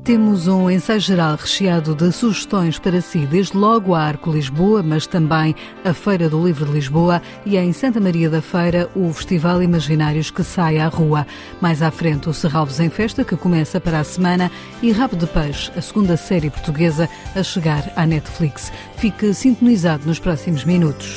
Temos um ensaio geral recheado de sugestões para si, desde logo a Arco Lisboa, mas também a Feira do Livro de Lisboa e em Santa Maria da Feira o Festival Imaginários que sai à rua. Mais à frente o Serralves em Festa, que começa para a semana, e Rabo de Peixe, a segunda série portuguesa a chegar à Netflix. Fique sintonizado nos próximos minutos.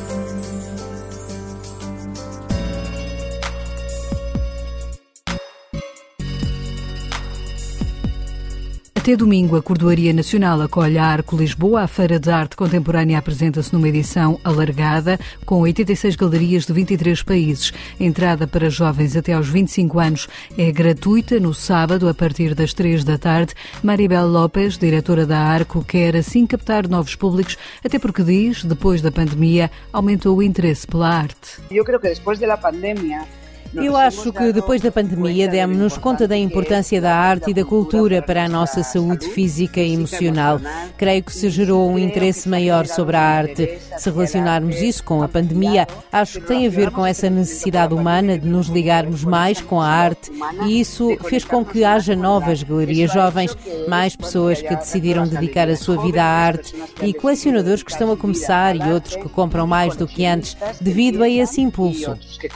Até domingo, a Cordoaria Nacional acolhe a Arco Lisboa. A Feira de Arte Contemporânea apresenta-se numa edição alargada, com 86 galerias de 23 países. A entrada para jovens até aos 25 anos é gratuita no sábado, a partir das 3 da tarde. Maribel Lopes, diretora da Arco, quer assim captar novos públicos, até porque diz, depois da pandemia, aumentou o interesse pela arte. Eu acho que depois da pandemia demos-nos conta da importância da arte e da cultura para a nossa saúde física e emocional. Creio que se gerou um interesse maior sobre a arte. Se relacionarmos isso com a pandemia, acho que tem a ver com essa necessidade humana de nos ligarmos mais com a arte, e isso fez com que haja novas galerias jovens, mais pessoas que decidiram dedicar a sua vida à arte e colecionadores que estão a começar e outros que compram mais do que antes devido a esse impulso.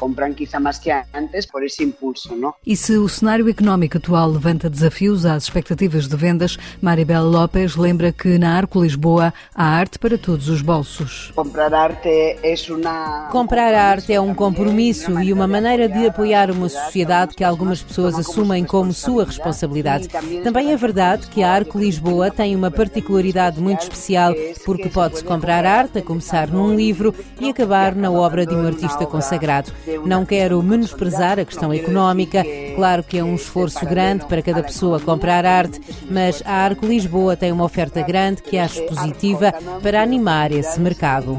Por esse impulso, não? E se o cenário económico atual levanta desafios às expectativas de vendas, Maribel Lopes lembra que na Arco Lisboa há arte para todos os bolsos. Comprar arte é um compromisso e uma maneira de apoiar uma sociedade que algumas pessoas assumem como sua responsabilidade. Também é verdade que a Arco Lisboa tem uma particularidade muito especial, porque pode-se comprar arte, a começar num livro e acabar na obra de um artista consagrado. Não quero menosprezar a questão económica, claro que é um esforço grande para cada pessoa comprar arte, mas a Arco Lisboa tem uma oferta grande que acho positiva para animar esse mercado.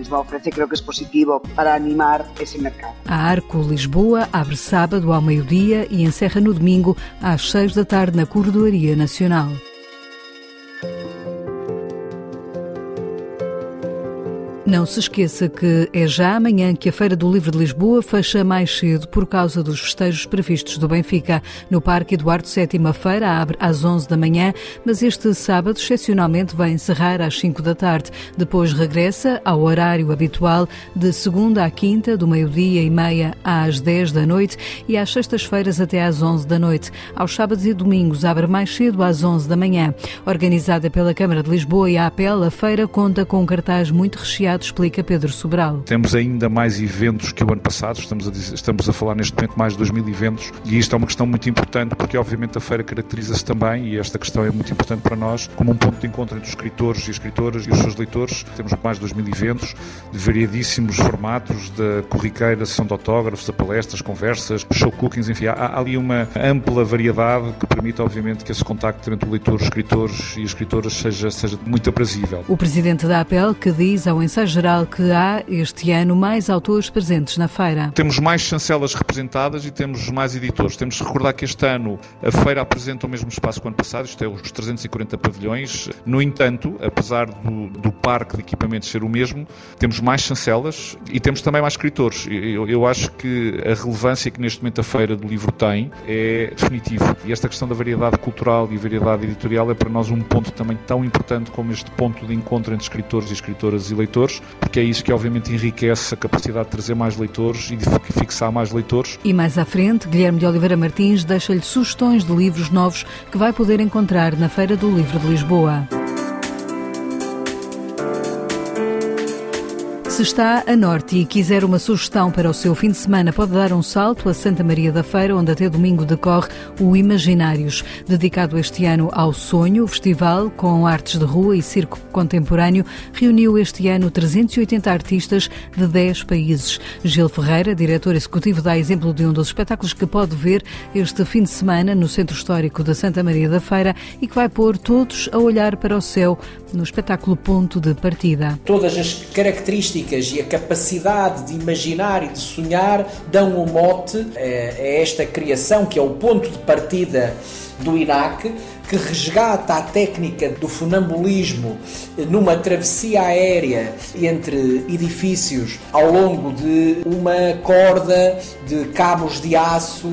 A Arco Lisboa abre sábado ao meio-dia e encerra no domingo às 6 da tarde na Cordoaria Nacional. Não se esqueça que é já amanhã que a Feira do Livro de Lisboa fecha mais cedo por causa dos festejos previstos do Benfica. No Parque Eduardo VII, a feira abre às 11 da manhã, mas este sábado, excepcionalmente, vai encerrar às 5 da tarde. Depois regressa ao horário habitual de segunda à quinta, do meio-dia e meia às 10 da noite e às sextas-feiras até às 11 da noite. Aos sábados e domingos abre mais cedo às 11 da manhã. Organizada pela Câmara de Lisboa e a APEL, a feira conta com um cartaz muito recheado, explica Pedro Sobral. Temos ainda mais eventos que o ano passado, estamos a falar neste momento mais de 2.000 eventos, e isto é uma questão muito importante porque obviamente a feira caracteriza-se também, e esta questão é muito importante para nós, como um ponto de encontro entre os escritores e escritoras e os seus leitores. Temos mais de 2.000 eventos de variadíssimos formatos, da corriqueira, sessão de autógrafos, a palestras, conversas, show cookings, enfim, há ali uma ampla variedade que permite obviamente que esse contacto entre o leitor, os escritores e as escritoras seja muito aprazível. O presidente da APEL que diz ao ensaio geral que há este ano mais autores presentes na feira. Temos mais chancelas representadas e temos mais editores. Temos de recordar que este ano a feira apresenta o mesmo espaço que o ano passado, isto é, os 340 pavilhões. No entanto, apesar do parque de equipamentos ser o mesmo, temos mais chancelas e temos também mais escritores. Eu acho que a relevância que neste momento a Feira do Livro tem é definitiva. E esta questão da variedade cultural e variedade editorial é para nós um ponto também tão importante como este ponto de encontro entre escritores e escritoras e leitores, porque é isso que obviamente enriquece a capacidade de trazer mais leitores e de fixar mais leitores. E mais à frente, Guilherme de Oliveira Martins deixa-lhe sugestões de livros novos que vai poder encontrar na Feira do Livro de Lisboa. Se está a norte e quiser uma sugestão para o seu fim de semana, pode dar um salto a Santa Maria da Feira, onde até domingo decorre o Imaginários, dedicado este ano ao sonho. O festival, com artes de rua e circo contemporâneo, reuniu este ano 380 artistas de 10 países. Gil Ferreira, diretor executivo, dá exemplo de um dos espetáculos que pode ver este fim de semana no Centro Histórico da Santa Maria da Feira e que vai pôr todos a olhar para o céu no espetáculo Ponto de Partida. Todas as características e a capacidade de imaginar e de sonhar dão um mote a esta criação, que é o ponto de partida do INAC, que resgata a técnica do funambulismo numa travessia aérea entre edifícios ao longo de uma corda de cabos de aço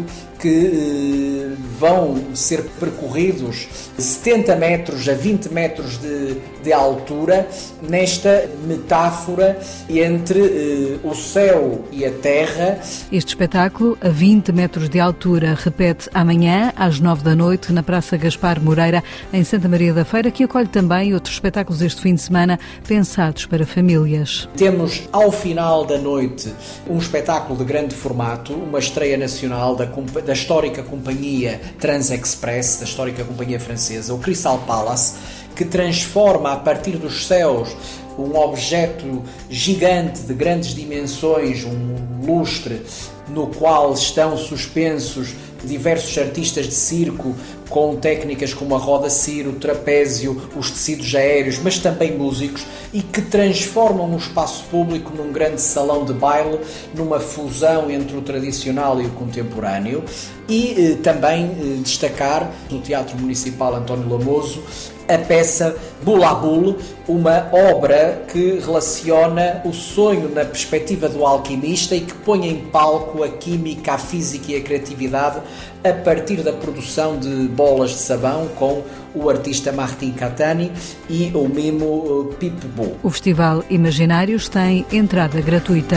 que vão ser percorridos 70 metros a 20 metros de altura, nesta metáfora entre o céu e a terra. Este espetáculo, a 20 metros de altura, repete amanhã às 9 da noite na Praça Gaspar Moreira, em Santa Maria da Feira, que acolhe também outros espetáculos este fim de semana pensados para famílias. Temos ao final da noite um espetáculo de grande formato, uma estreia nacional da histórica companhia Transexpress, da histórica companhia francesa, o Crystal Palace, que transforma a partir dos céus um objeto gigante de grandes dimensões, um lustre, no qual estão suspensos diversos artistas de circo com técnicas como a roda-ciro, o trapézio, os tecidos aéreos, mas também músicos, e que transformam o espaço público num grande salão de baile, numa fusão entre o tradicional e o contemporâneo. E também destacar no Teatro Municipal António Lamoso a peça Bulabul, uma obra que relaciona o sonho na perspectiva do alquimista e que põe em palco a química, a física e a criatividade a partir da produção de bolas de sabão com o artista Martin Catani e o mimo Pipe Bo. O Festival Imaginários tem entrada gratuita.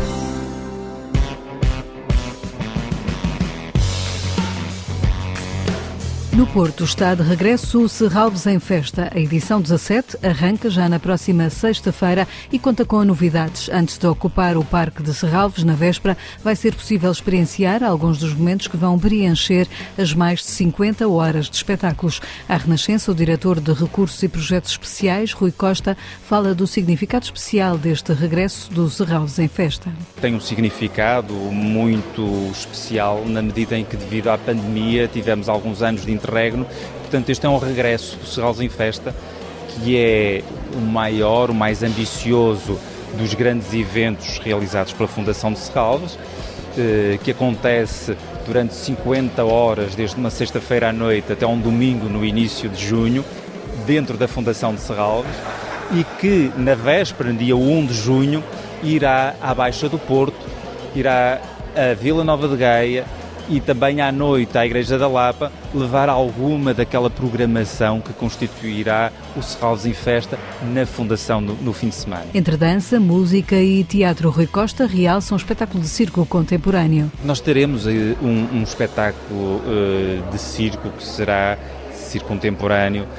No Porto está de regresso o Serralves em Festa. A edição 17 arranca já na próxima sexta-feira e conta com novidades. Antes de ocupar o Parque de Serralves, na véspera, vai ser possível experienciar alguns dos momentos que vão preencher as mais de 50 horas de espetáculos. À Renascença, o diretor de Recursos e Projetos Especiais, Rui Costa, fala do significado especial deste regresso do Serralves em Festa. Tem um significado muito especial na medida em que, devido à pandemia, tivemos alguns anos de interregno. Portanto, este é um regresso do Serralves em Festa, que é o maior, o mais ambicioso dos grandes eventos realizados pela Fundação de Serralves, que acontece durante 50 horas, desde uma sexta-feira à noite até um domingo no início de junho, dentro da Fundação de Serralves, e que na véspera, no dia 1 de junho, irá à Baixa do Porto, irá a Vila Nova de Gaia e também à noite à Igreja da Lapa, levar alguma daquela programação que constituirá o Serralves em Festa na Fundação no fim de semana. Entre dança, música e teatro, Rui Costa realça um espetáculo de circo contemporâneo. Nós teremos um espetáculo de circo que será circo contemporâneo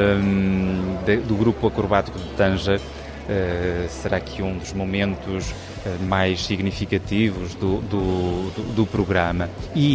do grupo acrobático de Tanger. Será aqui um dos momentos mais significativos do programa.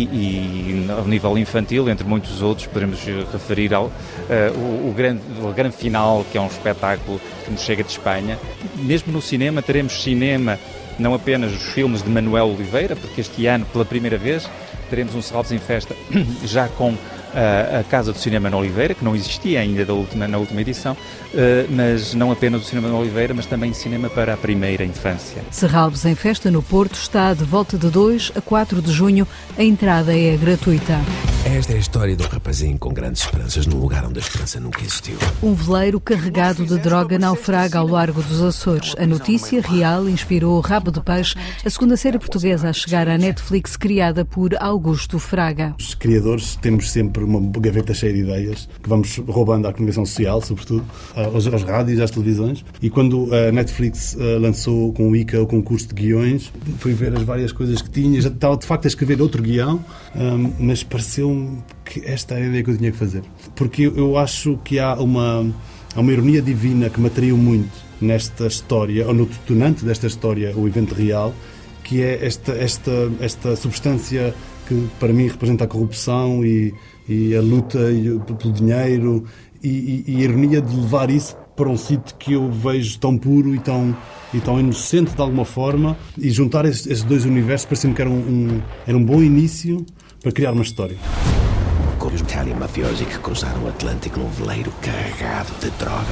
E ao nível infantil, entre muitos outros, podemos referir ao o grande final, que é um espetáculo que nos chega de Espanha. Mesmo no cinema, teremos cinema, não apenas os filmes de Manuel Oliveira, porque este ano, pela primeira vez, teremos um Serralves em Festa já com a Casa do Cinema na Oliveira, que não existia ainda na última edição, mas não apenas o cinema na Oliveira, mas também cinema para a primeira infância. Serralves em Festa no Porto está de volta de 2 a 4 de junho. A entrada é gratuita. Esta é a história de um rapazinho com grandes esperanças num lugar onde a esperança nunca existiu. Um veleiro carregado de droga naufraga ao largo dos Açores. A notícia real inspirou Rabo de Peixe, a segunda série portuguesa a chegar à Netflix, criada por Augusto Fraga. Os criadores temos sempre uma gaveta cheia de ideias que vamos roubando à comunicação social, sobretudo, aos rádios, às televisões. E quando a Netflix lançou com o ICA o concurso de guiões, fui ver as várias coisas que tinha. Já estava de facto a escrever outro guião, mas pareceu-me que esta era a ideia que eu tinha que fazer. Porque eu acho que há uma ironia divina que me atraiu muito nesta história, ou no detonante desta história, o evento real, que é esta substância que para mim representa a corrupção e a luta pelo dinheiro e a ironia de levar isso para um sítio que eu vejo tão puro e tão inocente de alguma forma, e juntar esses dois universos parecia-me que era um bom início para criar uma história. Como os Italian mafiosi que cruzaram o Atlântico num veleiro carregado de droga.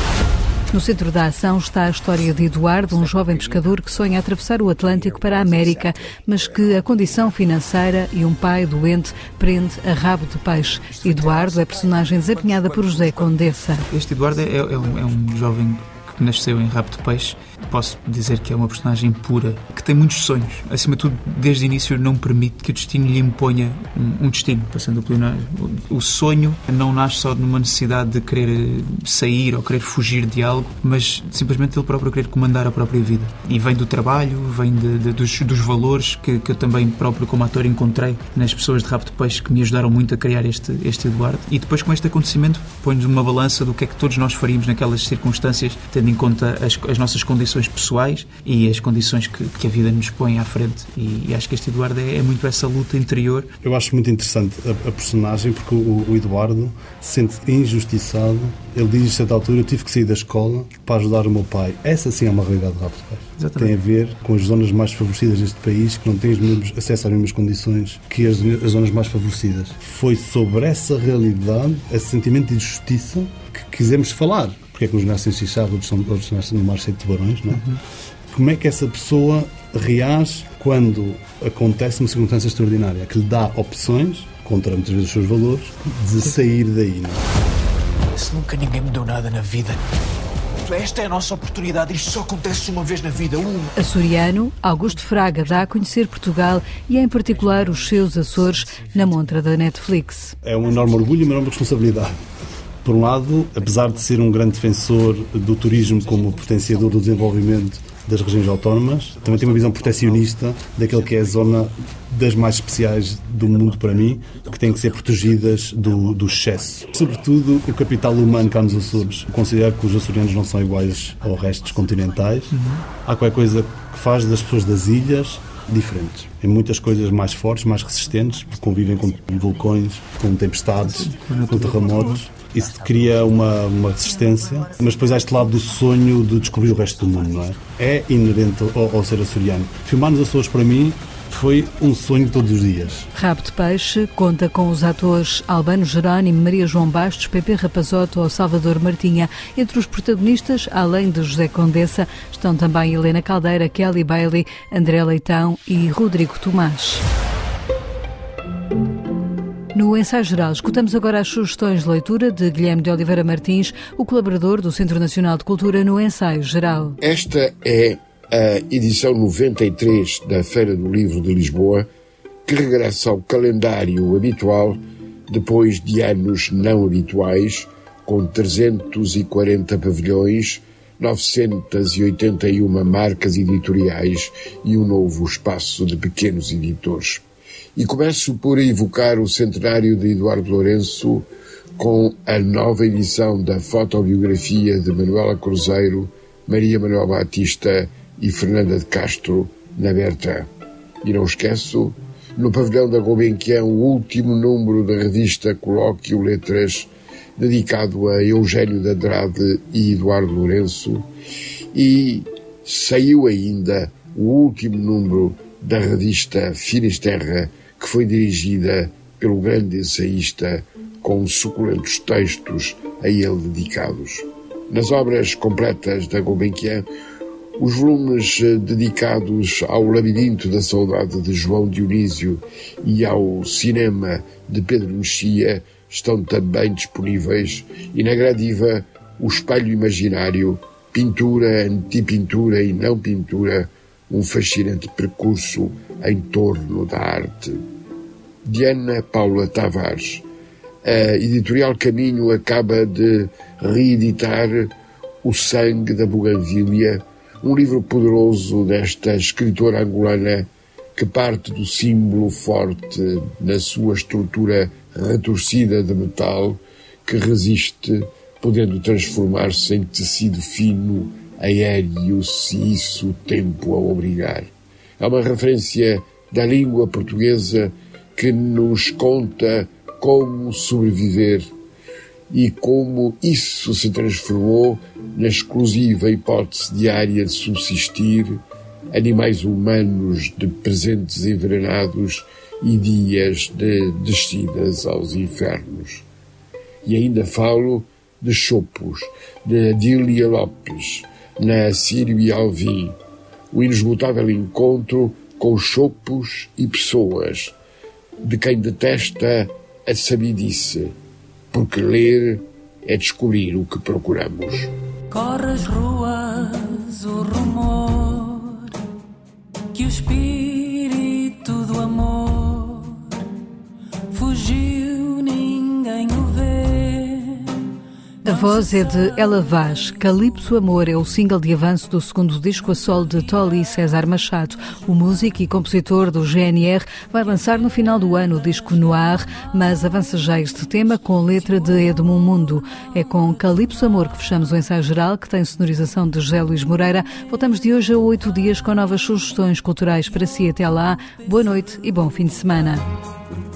No centro da ação está a história de Eduardo, um jovem pescador que sonha atravessar o Atlântico para a América, mas que a condição financeira e um pai doente prende a Rabo de Peixe. Eduardo é personagem desempenhada por José Condessa. Este Eduardo é um jovem que nasceu em Rabo de Peixe Posso dizer que é uma personagem pura, que tem muitos sonhos. Acima de tudo, desde o início não permite que o destino lhe imponha um destino, passando pelo o sonho não nasce só numa necessidade de querer sair ou querer fugir de algo, mas simplesmente ele próprio querer comandar a própria vida. E vem do trabalho, vem dos valores que eu também próprio como ator encontrei nas pessoas de Rabo de Peixe que me ajudaram muito a criar este Eduardo. E depois com este acontecimento põe-nos uma balança do que é que todos nós faríamos naquelas circunstâncias, tendo em conta as nossas condições pessoais e as condições que a vida nos põe à frente. E acho que este Eduardo é muito essa luta interior. Eu acho muito interessante a personagem, porque o Eduardo sente-se injustiçado. Ele diz, a certa altura, eu tive que sair da escola para ajudar o meu pai. Essa sim é uma realidade de Rabo de Peixe. Exatamente. Tem a ver com as zonas mais favorecidas deste país, que não têm acesso às mesmas condições que as zonas mais favorecidas. Foi sobre essa realidade, esse sentimento de injustiça, que quisemos falar. Porque é que uns nascem em Xixá, outros nascem no mar cheio de tubarões, não é? Como é que essa pessoa reage quando acontece uma circunstância extraordinária, que lhe dá opções, contra muitas vezes os seus valores, de sair daí, não é? Se nunca ninguém me deu nada na vida, esta é a nossa oportunidade. Isto só acontece uma vez na vida, uma. Açoriano, Augusto Fraga dá a conhecer Portugal e, em particular, os seus Açores na montra da Netflix. É um enorme orgulho e uma enorme responsabilidade. Por um lado, apesar de ser um grande defensor do turismo como potenciador do desenvolvimento das regiões autónomas, também tem uma visão protecionista daquele que é a zona das mais especiais do mundo para mim, que têm que ser protegidas do excesso. Sobretudo o capital humano cá nos Açores. Considero que os açorianos não são iguais ao resto dos continentais. Há qualquer coisa que faz das pessoas das ilhas diferentes. Em muitas coisas mais fortes, mais resistentes, porque convivem com vulcões, com tempestades, com terremotos. Isso cria uma resistência, mas depois há este lado do sonho de descobrir o resto do mundo, não é? É inerente ao ser açoriano. Filmar nos Açores, para mim, foi um sonho todos os dias. Rabo de Peixe conta com os atores Albano Jerónimo, Maria João Bastos, Pepe Rapazoto ou Salvador Martinha. Entre os protagonistas, além de José Condessa, estão também Helena Caldeira, Kelly Bailey, André Leitão e Rodrigo Tomás. No ensaio geral, escutamos agora as sugestões de leitura de Guilherme de Oliveira Martins, o colaborador do Centro Nacional de Cultura no ensaio geral. Esta é a edição 93 da Feira do Livro de Lisboa, que regressa ao calendário habitual depois de anos não habituais, com 340 pavilhões, 981 marcas editoriais e um novo espaço de pequenos editores. E começo por evocar o centenário de Eduardo Lourenço com a nova edição da fotobiografia de Manuela Cruzeiro, Maria Manuel Batista e Fernanda de Castro, na Bertrand. E não esqueço, no pavilhão da Gulbenkian, o último número da revista Colóquio Letras, dedicado a Eugênio de Andrade e Eduardo Lourenço, e saiu ainda o último número da revista Finisterra, que foi dirigida pelo grande ensaísta, com suculentos textos a ele dedicados. Nas obras completas da Gulbenkian, os volumes dedicados ao Labirinto da Saudade de João Dionísio e ao Cinema de Pedro Mexia estão também disponíveis, e na gradiva o Espelho Imaginário, pintura, antipintura e não pintura, um fascinante percurso em torno da arte. Diana Paula Tavares. A editorial Caminho acaba de reeditar O Sangue da Buganvília, um livro poderoso desta escritora angolana que parte do símbolo forte na sua estrutura retorcida de metal, que resiste, podendo transformar-se em tecido fino, aéreo, se isso o tempo a obrigar. É uma referência da língua portuguesa que nos conta como sobreviver e como isso se transformou na exclusiva hipótese diária de subsistir, animais humanos de presentes envenenados e dias de descidas aos infernos. E ainda falo de chopos, de Adília Lopes, na Sírio e Alvim, o inesgotável encontro com chopos e pessoas, de quem detesta a sabidice, porque ler é descobrir o que procuramos. Corre as ruas, o rumo que o espírito do amor fugiu, ninguém o vê. A voz é de Ela Vaz. Calypso Amor é o single de avanço do segundo disco a solo de Tolly e César Machado. O músico e compositor do GNR vai lançar no final do ano o disco Noir, mas avança já este tema com letra de Edmundo Mundo. É com Calypso Amor que fechamos o ensaio geral, que tem sonorização de José Luís Moreira. Voltamos de hoje a 8 dias com novas sugestões culturais para si. Até lá, boa noite e bom fim de semana.